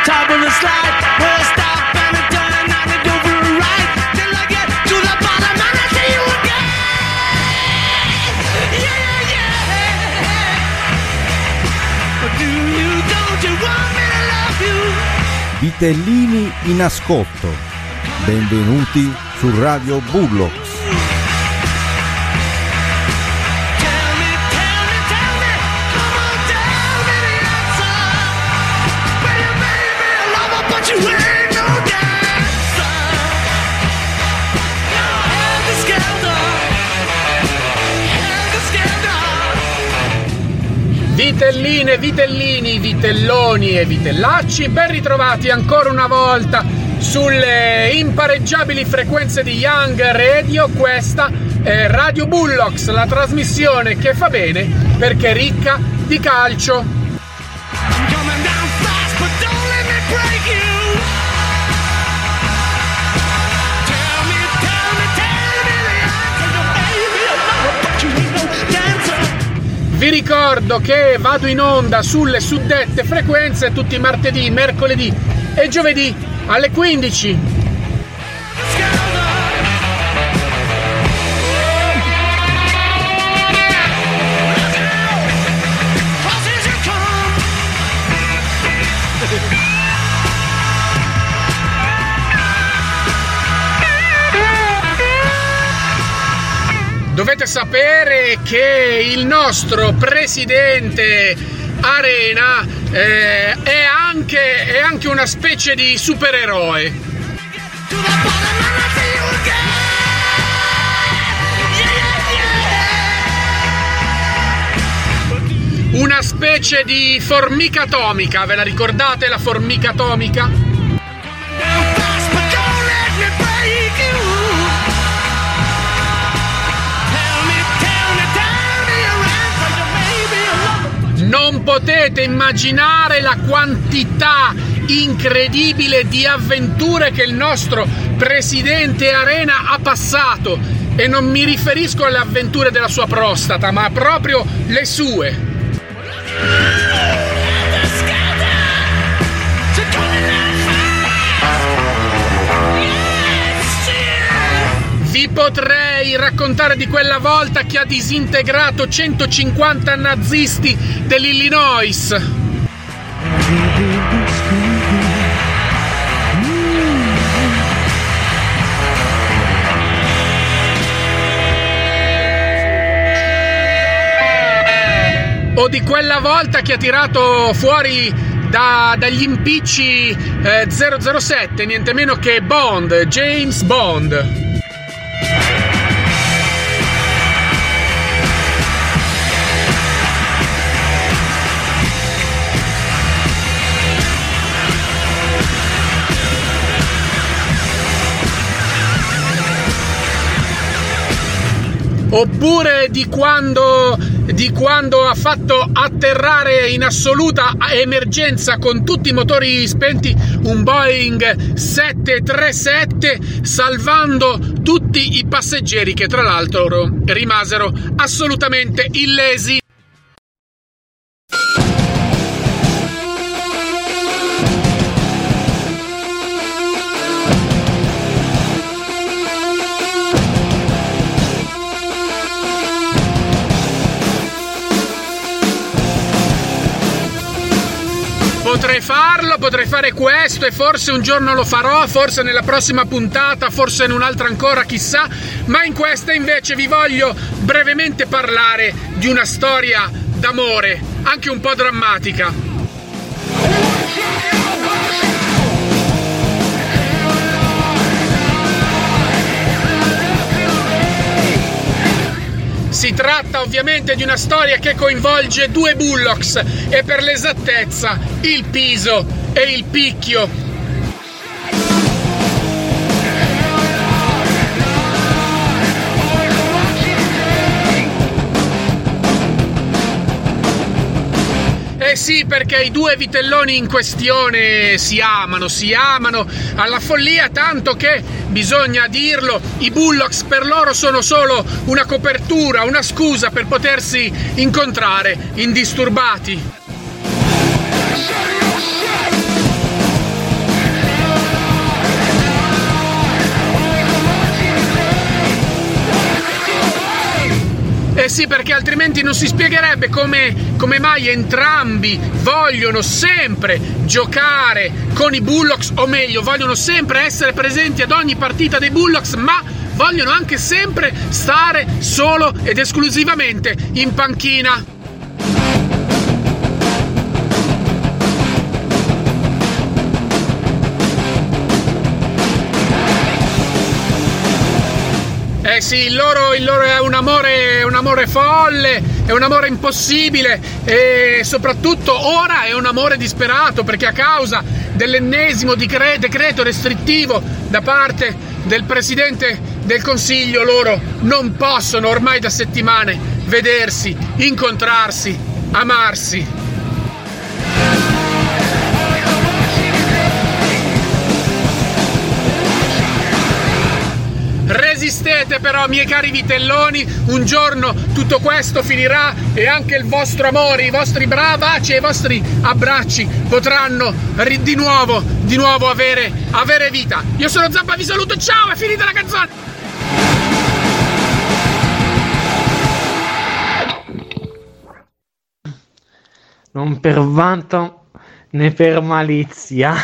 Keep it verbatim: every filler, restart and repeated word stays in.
top of the slide. Well, stop and a turn and a go for a ride. Till I get to the bottom and I see you again. Yeah, yeah. But do you, don't you want me to love you? Vitellini in ascolto. Benvenuti su Radio Bullocks. Vitelline, vitellini, vitelloni e vitellacci, ben ritrovati ancora una volta sulle impareggiabili frequenze di Young Radio. Questa è Radio Bullocks, la trasmissione che fa bene perché è ricca di calcio. Vi ricordo che vado in onda sulle suddette frequenze tutti i martedì, mercoledì e giovedì alle quindici. Dovete sapere che il nostro presidente Arena eh, è, anche, è anche una specie di supereroe. Una specie di formica atomica, ve la ricordate la formica atomica? Non potete immaginare la quantità incredibile di avventure che il nostro presidente Arena ha passato, e non mi riferisco alle avventure della sua prostata, ma proprio le sue. Vi potrei raccontare di quella volta che ha disintegrato centocinquanta nazisti dell'Illinois. O di quella volta che ha tirato fuori da, dagli impicci eh, zero zero sette, niente meno che Bond, James Bond. Oppure di quando, di quando ha fatto atterrare in assoluta emergenza con tutti i motori spenti un Boeing sette tre sette, salvando tutti i passeggeri che tra l'altro rimasero assolutamente illesi. Potrei farlo, potrei fare questo e forse un giorno lo farò, forse nella prossima puntata, forse in un'altra ancora, chissà, ma in questa invece vi voglio brevemente parlare di una storia d'amore, anche un po' drammatica. Si tratta ovviamente di una storia che coinvolge due Bullocks e per l'esattezza il Piso e il Picchio. Eh sì, perché i due vitelloni in questione si amano, si amano alla follia, tanto che, bisogna dirlo, i Bullocks per loro sono solo una copertura, una scusa per potersi incontrare indisturbati. Eh sì, perché altrimenti non si spiegherebbe come, come mai entrambi vogliono sempre giocare con i Bullocks, o meglio, vogliono sempre essere presenti ad ogni partita dei Bullocks, ma vogliono anche sempre stare solo ed esclusivamente in panchina. Eh sì, il loro, il loro è un amore, un amore folle, è un amore impossibile e soprattutto ora è un amore disperato, perché a causa dell'ennesimo decre- decreto restrittivo da parte del Presidente del Consiglio loro non possono ormai da settimane vedersi, incontrarsi, amarsi. Resistete però, miei cari vitelloni, un giorno tutto questo finirà e anche il vostro amore, i vostri baci e i vostri abbracci potranno di nuovo, di nuovo avere, avere vita. Io sono Zappa, vi saluto, ciao, è finita la canzone! Non per vanto né per malizia.